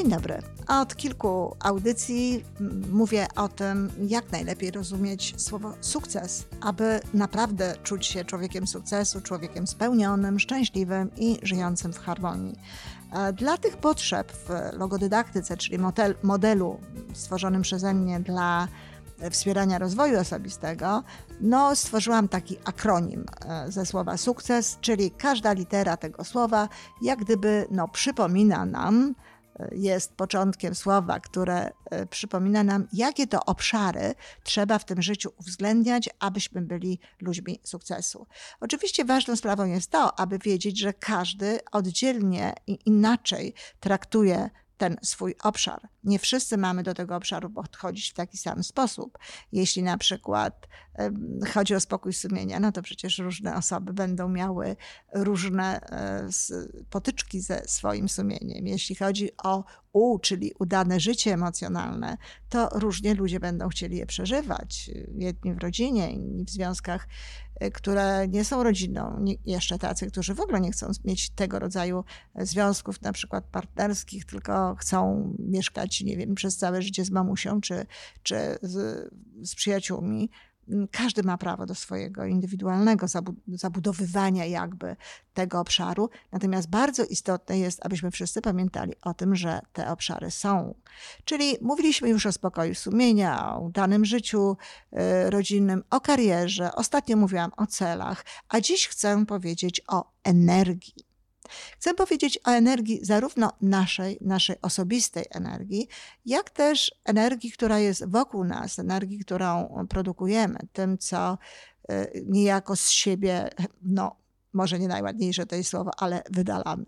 Dzień dobry. Od kilku audycji mówię o tym, jak najlepiej rozumieć słowo sukces, aby naprawdę czuć się człowiekiem sukcesu, człowiekiem spełnionym, szczęśliwym i żyjącym w harmonii. Dla tych potrzeb w logodydaktyce, czyli modelu stworzonym przeze mnie dla wspierania rozwoju osobistego, stworzyłam taki akronim ze słowa sukces, czyli każda litera tego słowa jak gdyby przypomina nam, jest początkiem słowa, które przypomina nam, jakie to obszary trzeba w tym życiu uwzględniać, abyśmy byli ludźmi sukcesu. Oczywiście ważną sprawą jest to, aby wiedzieć, że każdy oddzielnie i inaczej traktuje ten swój obszar. Nie wszyscy mamy do tego obszaru podchodzić w taki sam sposób. Jeśli na przykład chodzi o spokój sumienia, to przecież różne osoby będą miały różne potyczki ze swoim sumieniem. Jeśli chodzi o czyli udane życie emocjonalne, to różnie ludzie będą chcieli je przeżywać. Jedni w rodzinie, inni w związkach, które nie są rodziną. Jeszcze tacy, którzy w ogóle nie chcą mieć tego rodzaju związków, na przykład partnerskich, tylko chcą mieszkać, przez całe życie z mamusią czy z przyjaciółmi. Każdy ma prawo do swojego indywidualnego zabudowywania jakby tego obszaru. Natomiast bardzo istotne jest, abyśmy wszyscy pamiętali o tym, że te obszary są. Czyli mówiliśmy już o spokoju sumienia, o udanym życiu rodzinnym, o karierze. Ostatnio mówiłam o celach, a dziś chcę powiedzieć o energii. Chcę powiedzieć o energii zarówno naszej osobistej energii, jak też energii, która jest wokół nas, energii, którą produkujemy, tym, co niejako z siebie, może nie najładniejsze to jest słowo, ale wydalamy.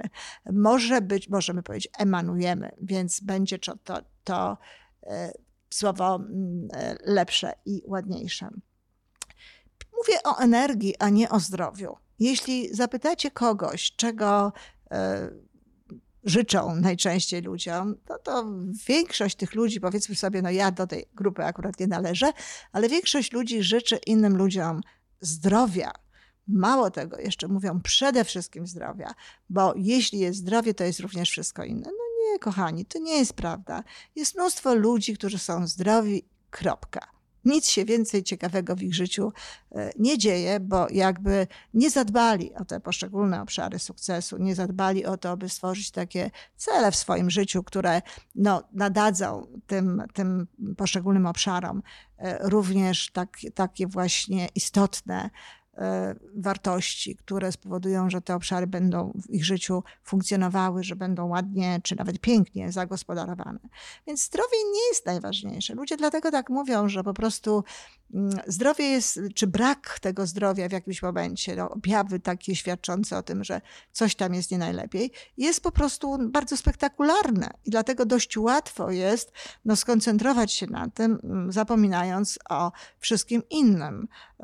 Możemy powiedzieć, emanujemy, więc będzie to słowo lepsze i ładniejsze. Mówię o energii, a nie o zdrowiu. Jeśli zapytacie kogoś, czego życzą najczęściej ludziom, to większość tych ludzi, powiedzmy sobie, ja do tej grupy akurat nie należę, ale większość ludzi życzy innym ludziom zdrowia. Mało tego, jeszcze mówią przede wszystkim zdrowia, bo jeśli jest zdrowie, to jest również wszystko inne. Nie, kochani, to nie jest prawda. Jest mnóstwo ludzi, którzy są zdrowi, kropka. Nic się więcej ciekawego w ich życiu nie dzieje, bo jakby nie zadbali o te poszczególne obszary sukcesu, nie zadbali o to, aby stworzyć takie cele w swoim życiu, które nadadzą tym poszczególnym obszarom również takie właśnie istotne wartości, które spowodują, że te obszary będą w ich życiu funkcjonowały, że będą ładnie, czy nawet pięknie zagospodarowane. Więc zdrowie nie jest najważniejsze. Ludzie dlatego tak mówią, że po prostu zdrowie jest, czy brak tego zdrowia w jakimś momencie, objawy takie świadczące o tym, że coś tam jest nie najlepiej, jest po prostu bardzo spektakularne i dlatego dość łatwo jest skoncentrować się na tym, zapominając o wszystkim innym.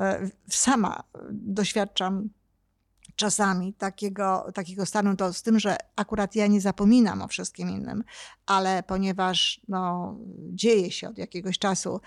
Sama doświadczam czasami takiego stanu, to z tym, że akurat ja nie zapominam o wszystkim innym, ale ponieważ dzieje się od jakiegoś czasu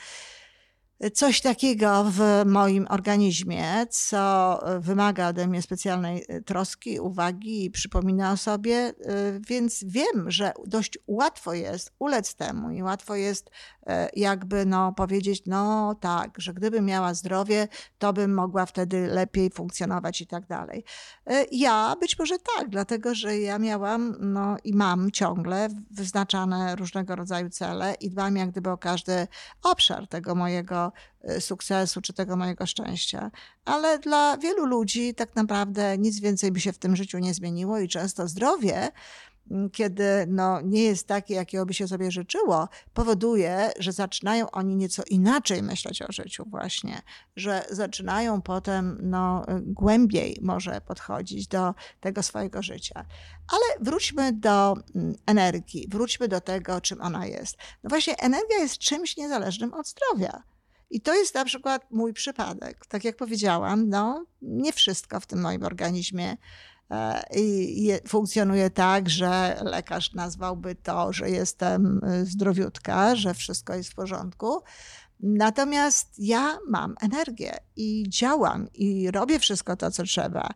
coś takiego w moim organizmie, co wymaga ode mnie specjalnej troski, uwagi i przypomina o sobie, więc wiem, że dość łatwo jest ulec temu i łatwo jest jakby powiedzieć, tak, że gdybym miała zdrowie, to bym mogła wtedy lepiej funkcjonować i tak dalej. Ja być może tak, dlatego że ja miałam i mam ciągle wyznaczane różnego rodzaju cele i dbam jak gdyby o każdy obszar tego mojego sukcesu czy tego mojego szczęścia. Ale dla wielu ludzi tak naprawdę nic więcej by się w tym życiu nie zmieniło i często zdrowie, kiedy nie jest takie, jakiego by się sobie życzyło, powoduje, że zaczynają oni nieco inaczej myśleć o życiu właśnie, że zaczynają potem głębiej może podchodzić do tego swojego życia. Ale wróćmy do energii, wróćmy do tego, czym ona jest. Właśnie energia jest czymś niezależnym od zdrowia. I to jest na przykład mój przypadek. Tak jak powiedziałam, nie wszystko w tym moim organizmie funkcjonuje tak, że lekarz nazwałby to, że jestem zdrowiutka, że wszystko jest w porządku. Natomiast ja mam energię i działam i robię wszystko to, co trzeba.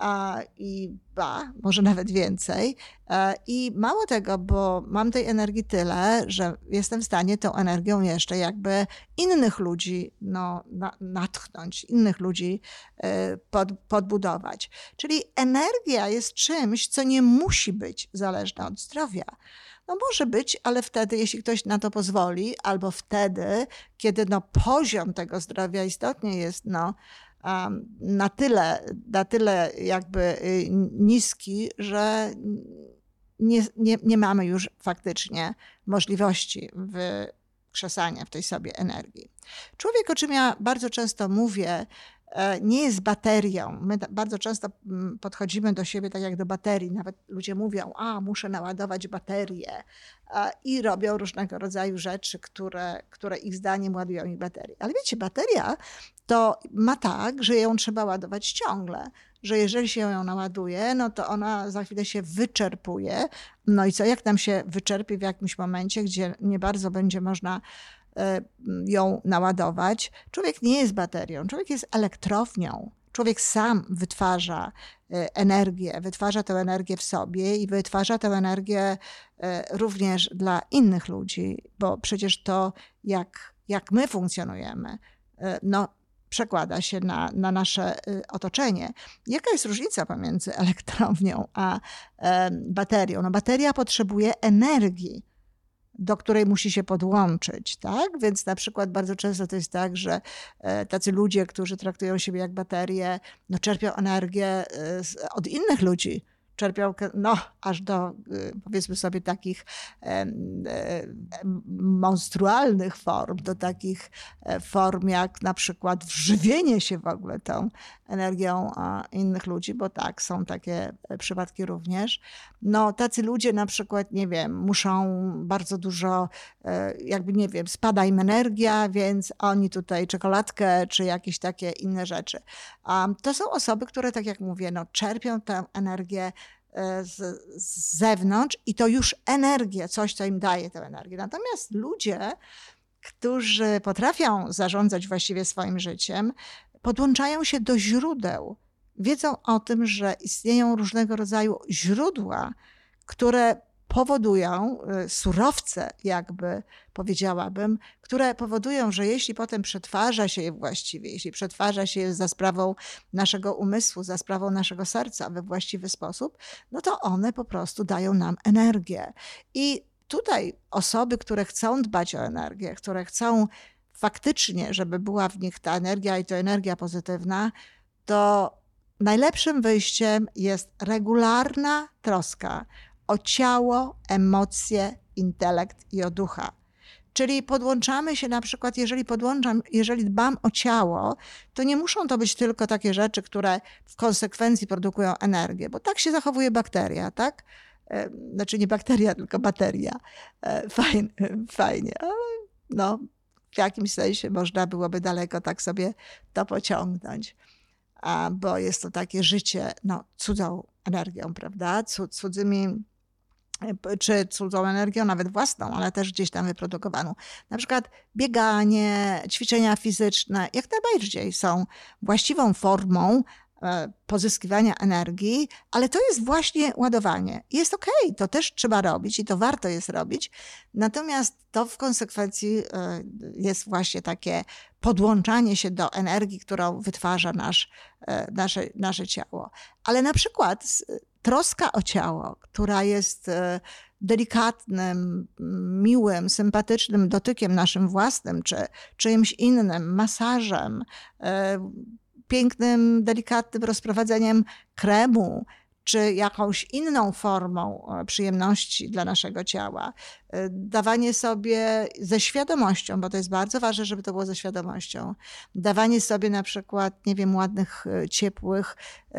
Może nawet więcej. I mało tego, bo mam tej energii tyle, że jestem w stanie tą energią jeszcze jakby innych ludzi natchnąć, innych ludzi podbudować. Czyli energia jest czymś, co nie musi być zależne od zdrowia. No może być, ale wtedy, jeśli ktoś na to pozwoli, albo wtedy, kiedy poziom tego zdrowia istotnie jest na tyle jakby niski, że nie mamy już faktycznie możliwości wykrzesania w tej sobie energii. Człowiek, o czym ja bardzo często mówię, nie jest baterią. My bardzo często podchodzimy do siebie tak jak do baterii. Nawet ludzie mówią, muszę naładować baterię i robią różnego rodzaju rzeczy, które ich zdaniem ładują ich baterię. Ale wiecie, bateria to ma tak, że ją trzeba ładować ciągle, że jeżeli się ją naładuje, no to ona za chwilę się wyczerpuje. No i co, jak nam się wyczerpie w jakimś momencie, gdzie nie bardzo będzie można ją naładować. Człowiek nie jest baterią, człowiek jest elektrownią. Człowiek sam wytwarza energię, wytwarza tę energię w sobie i wytwarza tę energię również dla innych ludzi, bo przecież to, jak my funkcjonujemy, przekłada się na nasze otoczenie. Jaka jest różnica pomiędzy elektrownią a baterią? No, bateria potrzebuje energii, do której musi się podłączyć, tak? Więc na przykład bardzo często to jest tak, że tacy ludzie, którzy traktują siebie jak baterie, czerpią energię od innych ludzi. Czerpią aż do, powiedzmy sobie, takich monstrualnych form, do takich form jak na przykład wżywienie się w ogóle tą energią innych ludzi, bo tak, są takie przypadki również. Tacy ludzie na przykład, nie wiem, muszą bardzo dużo, spada im energia, więc oni tutaj czekoladkę czy jakieś takie inne rzeczy. To są osoby, które, tak jak mówię, czerpią tę energię z zewnątrz i to już energia, coś, co im daje tę energię. Natomiast ludzie, którzy potrafią zarządzać właściwie swoim życiem, podłączają się do źródeł. Wiedzą o tym, że istnieją różnego rodzaju źródła, które powodują, surowce jakby powiedziałabym, które powodują, że jeśli potem przetwarza się je właściwie, jeśli przetwarza się je za sprawą naszego umysłu, za sprawą naszego serca we właściwy sposób, to one po prostu dają nam energię. I tutaj osoby, które chcą dbać o energię, które chcą faktycznie, żeby była w nich ta energia i to energia pozytywna, to najlepszym wyjściem jest regularna troska o ciało, emocje, intelekt i o ducha. Czyli podłączamy się na przykład, jeżeli dbam o ciało, to nie muszą to być tylko takie rzeczy, które w konsekwencji produkują energię, bo tak się zachowuje bakteria, tak? Znaczy nie bakteria, tylko bateria. Fajnie, ale w jakimś sensie można byłoby daleko tak sobie to pociągnąć, bo jest to takie życie cudzą energią, prawda? Cudzymi, czy cudzą energią, nawet własną, ale też gdzieś tam wyprodukowaną. Na przykład bieganie, ćwiczenia fizyczne, jak najbardziej są właściwą formą pozyskiwania energii, ale to jest właśnie ładowanie. Jest okej, to też trzeba robić i to warto jest robić, natomiast to w konsekwencji jest właśnie takie podłączanie się do energii, którą wytwarza nasze ciało. Ale na przykład troska o ciało, która jest delikatnym, miłym, sympatycznym dotykiem naszym własnym, czy czyimś innym, masażem, pięknym, delikatnym rozprowadzeniem kremu, czy jakąś inną formą przyjemności dla naszego ciała. Dawanie sobie ze świadomością, bo to jest bardzo ważne, żeby to było ze świadomością. Dawanie sobie na przykład, nie wiem, ładnych, ciepłych,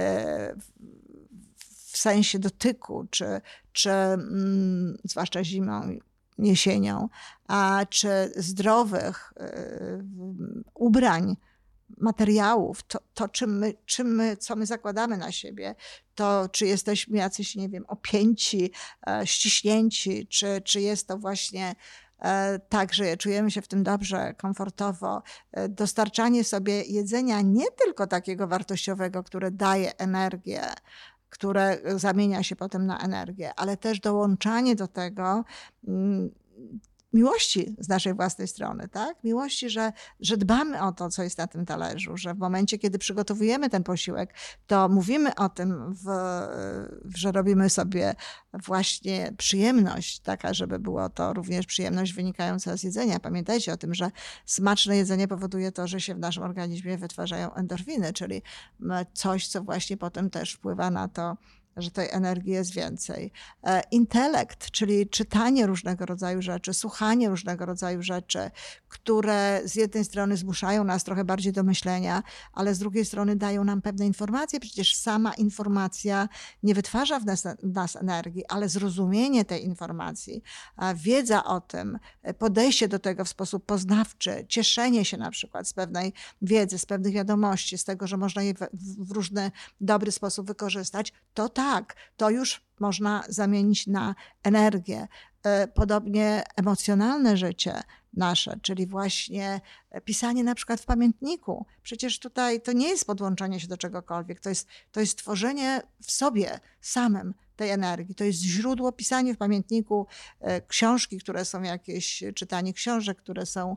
w sensie dotyku, czy zwłaszcza zimą, jesienią, czy zdrowych ubrań, materiałów, co my zakładamy na siebie, to czy jesteśmy jacyś, nie wiem, opięci, ściśnięci, czy jest to właśnie tak, że czujemy się w tym dobrze, komfortowo. Dostarczanie sobie jedzenia nie tylko takiego wartościowego, które daje energię, które zamienia się potem na energię, ale też dołączanie do tego miłości z naszej własnej strony, tak? Miłości, że dbamy o to, co jest na tym talerzu, że w momencie, kiedy przygotowujemy ten posiłek, to mówimy o tym, że robimy sobie właśnie przyjemność, taka, żeby było to również przyjemność wynikająca z jedzenia. Pamiętajcie o tym, że smaczne jedzenie powoduje to, że się w naszym organizmie wytwarzają endorfiny, czyli coś, co właśnie potem też wpływa na to, że tej energii jest więcej. Intelekt, czyli czytanie różnego rodzaju rzeczy, słuchanie różnego rodzaju rzeczy, które z jednej strony zmuszają nas trochę bardziej do myślenia, ale z drugiej strony dają nam pewne informacje. Przecież sama informacja nie wytwarza w nas energii, ale zrozumienie tej informacji, wiedza o tym, podejście do tego w sposób poznawczy, cieszenie się na przykład z pewnej wiedzy, z pewnych wiadomości, z tego, że można je w różny dobry sposób wykorzystać, to tak, to już można zamienić na energię. Podobnie emocjonalne życie nasze, czyli właśnie pisanie na przykład w pamiętniku. Przecież tutaj to nie jest podłączanie się do czegokolwiek, to jest tworzenie w sobie samym tej energii. To jest źródło, pisanie w pamiętniku, książki, które są jakieś, czytanie książek, które są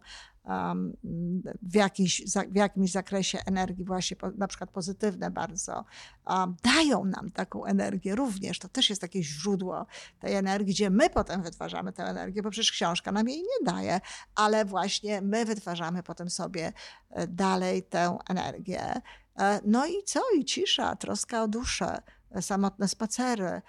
w jakimś zakresie energii właśnie na przykład pozytywne bardzo, dają nam taką energię również. To też jest takie źródło tej energii, gdzie my potem wytwarzamy tę energię, bo przecież książka nam jej nie daje, ale właśnie my wytwarzamy potem sobie dalej tę energię. No i co? I cisza, troska o duszę, samotne spacery,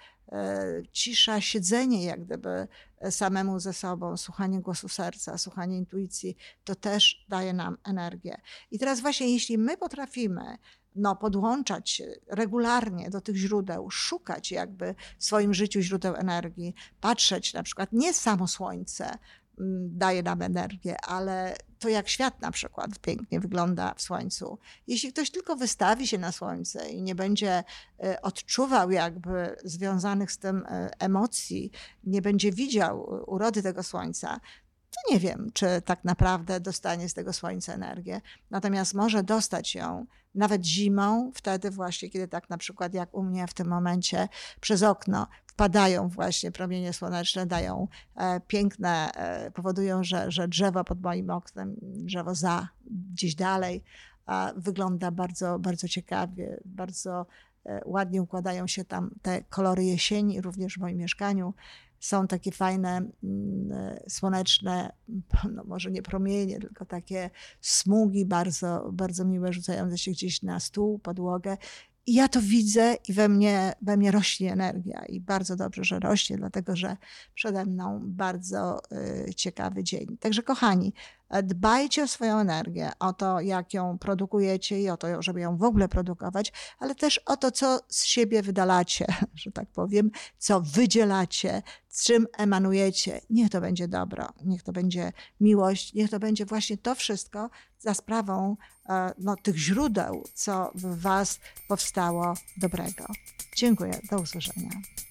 cisza, siedzenie jak gdyby samemu ze sobą, słuchanie głosu serca, słuchanie intuicji, to też daje nam energię. I teraz właśnie jeśli my potrafimy podłączać się regularnie do tych źródeł, szukać jakby w swoim życiu źródeł energii, patrzeć na przykład nie samo słońce daje nam energię, ale to jak świat na przykład pięknie wygląda w słońcu. Jeśli ktoś tylko wystawi się na słońce i nie będzie odczuwał jakby związanych z tym emocji, nie będzie widział urody tego słońca, to nie wiem, czy tak naprawdę dostanie z tego słońca energię. Natomiast może dostać ją nawet zimą, wtedy właśnie, kiedy tak na przykład jak u mnie w tym momencie przez okno wpadają właśnie promienie słoneczne, dają piękne, powodują, że drzewo pod moim oknem, drzewo gdzieś dalej, wygląda bardzo, bardzo ciekawie, bardzo ładnie układają się tam te kolory jesieni, również w moim mieszkaniu. Są takie fajne, słoneczne, no może nie promienie, tylko takie smugi bardzo, bardzo miłe, rzucające się gdzieś na stół, podłogę. I ja to widzę i we mnie rośnie energia i bardzo dobrze, że rośnie, dlatego że przede mną bardzo ciekawy dzień. Także kochani, dbajcie o swoją energię, o to, jak ją produkujecie i o to, żeby ją w ogóle produkować, ale też o to, co z siebie wydalacie, że tak powiem, co wydzielacie, z czym emanujecie. Niech to będzie dobro, niech to będzie miłość, niech to będzie właśnie to wszystko za sprawą tych źródeł, co w was powstało dobrego. Dziękuję, do usłyszenia.